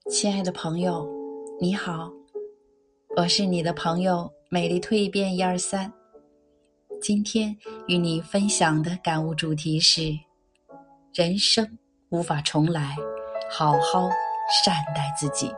亲爱的朋友，你好，我是你的朋友美丽蜕变123。今天与你分享的感悟主题是：人生无法重来，好好善待自己。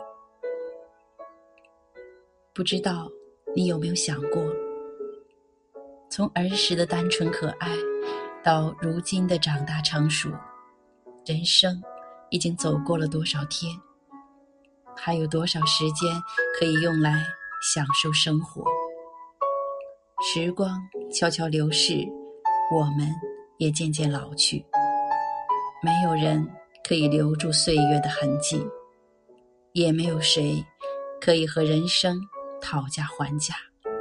不知道你有没有想过，从儿时的单纯可爱到如今的长大成熟，人生已经走过了多少天，还有多少时间可以用来享受生活？时光悄悄流逝，我们也渐渐老去，没有人可以留住岁月的痕迹，也没有谁可以和人生讨价还价。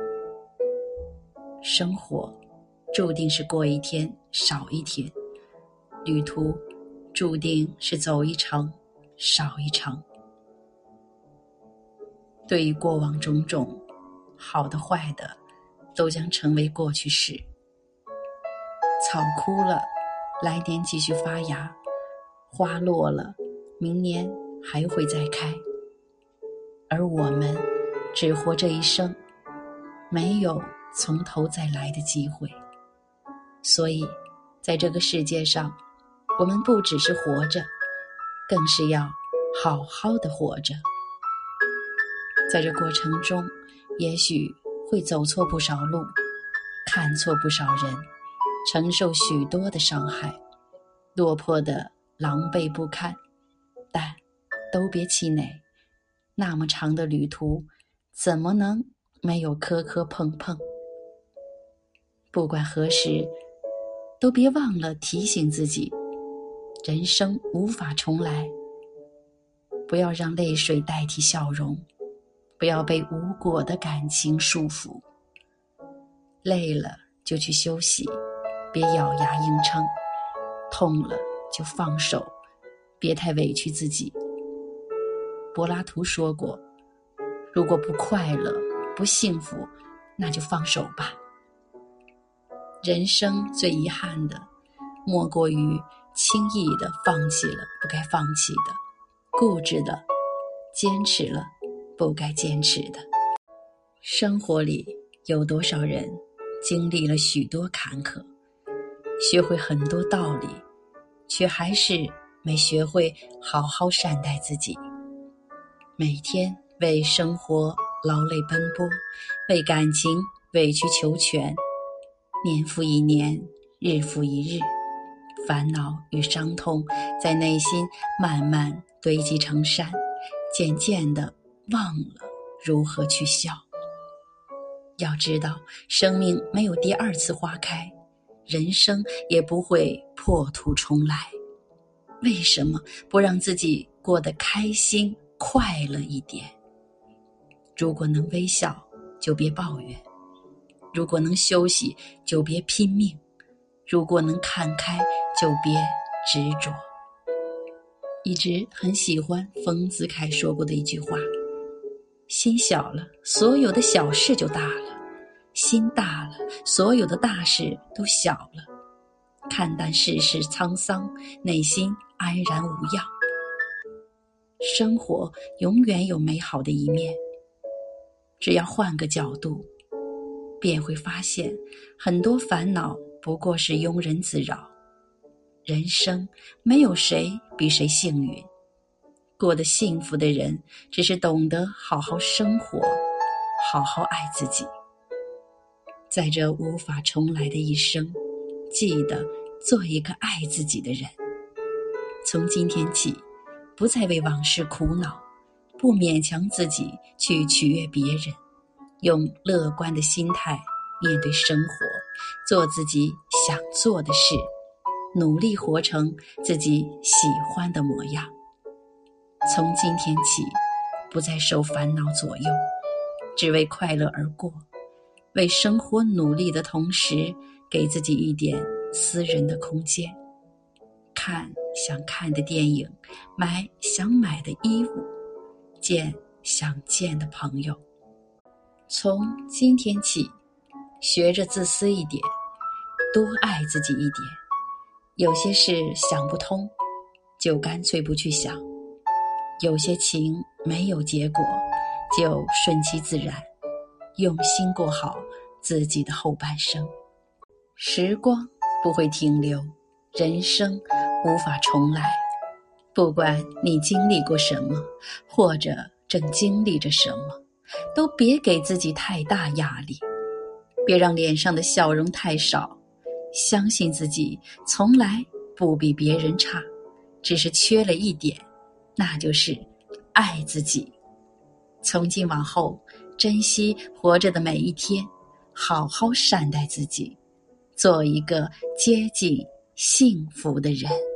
生活注定是过一天少一天，旅途注定是走一程少一程。对于过往种种，好的坏的，都将成为过去式。草枯了，来年继续发芽；花落了，明年还会再开。而我们只活这一生，没有从头再来的机会。所以在这个世界上，我们不只是活着，更是要好好的活着。在这过程中，也许会走错不少路，看错不少人，承受许多的伤害，落魄的狼狈不堪，但都别气馁，那么长的旅途，怎么能没有磕磕碰碰？不管何时，都别忘了提醒自己，人生无法重来，不要让泪水代替笑容，不要被无果的感情束缚。累了就去休息，别咬牙硬撑；痛了就放手，别太委屈自己。柏拉图说过，如果不快乐不幸福，那就放手吧。人生最遗憾的，莫过于轻易地放弃了不该放弃的，固执的坚持了不该坚持的。生活里有多少人经历了许多坎坷，学会很多道理，却还是没学会好好善待自己。每天为生活劳累奔波，为感情委曲求全，年复一年，日复一日，烦恼与伤痛在内心慢慢堆积成山，渐渐地忘了如何去笑。要知道，生命没有第二次花开，人生也不会破土重来。为什么不让自己过得开心快乐一点？如果能微笑，就别抱怨；如果能休息，就别拼命；如果能看开，就别执着。一直很喜欢丰子恺说过的一句话：心小了，所有的小事就大了；心大了，所有的大事都小了。看淡世事沧桑，内心安然无恙。生活永远有美好的一面，只要换个角度，便会发现很多烦恼不过是庸人自扰。人生没有谁比谁幸运，过得幸福的人只是懂得好好生活，好好爱自己。在这无法重来的一生，记得做一个爱自己的人。从今天起，不再为往事苦恼，不勉强自己去取悦别人，用乐观的心态面对生活，做自己想做的事，努力活成自己喜欢的模样。从今天起，不再受烦恼左右，只为快乐而过，为生活努力的同时，给自己一点私人的空间，看想看的电影，买想买的衣物，见想见的朋友。从今天起，学着自私一点，多爱自己一点。有些事想不通，就干脆不去想； 有些情没有结果，就顺其自然，用心过好自己的后半生。时光不会停留，人生无法重来。不管你经历过什么，或者正经历着什么，都别给自己太大压力，别让脸上的笑容太少。相信自己从来不比别人差，只是缺了一点，那就是爱自己。从今往后，珍惜活着的每一天，好好善待自己，做一个接近幸福的人。